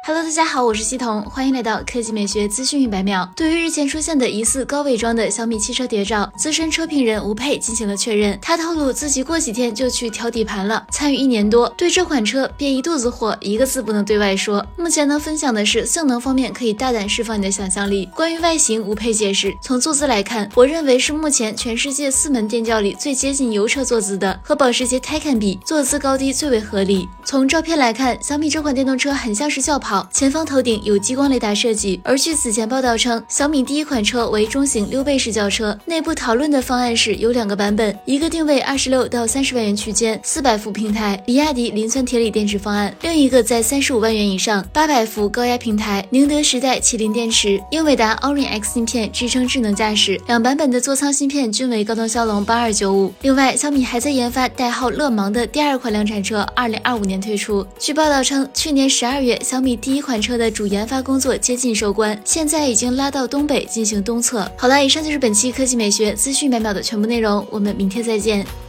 Hello， 大家好，我是西彤，欢迎来到科技美学资讯100秒。对于日前出现的疑似高伪装的小米汽车谍照，资深车评人吴佩进行了确认。他透露自己过几天就去调底盘了，参与1年多，对这款车憋一肚子火，一个字不能对外说。目前能分享的是性能方面可以大胆释放你的想象力。关于外形，吴佩解释，从坐姿来看，我认为是目前全世界4门电轿里最接近油车坐姿的，和保时捷 Taycan 比，坐姿高低最为合理。从照片来看，小米这款电动车很像是轿跑。前方头顶有激光雷达设计，而据此前报道称，小米第一款车为中型6倍式轿车。内部讨论的方案是有2个版本，一个定位26到30万元区间，400伏平台，比亚迪磷酸铁锂电池方案；另一个在35万元以上，800伏高压平台，宁德时代麒麟电池，英伟达 Orin X 芯片支撑智能驾驶。2版本的座舱芯片均为高通骁龙8295。另外，小米还在研发代号乐芒的第2款量产车，2025年推出。据报道称，去年12月，小米第一款车的主研发工作接近收官，现在已经拉到东北进行东测。好了，以上就是本期科技美学资讯100秒的全部内容，我们明天再见。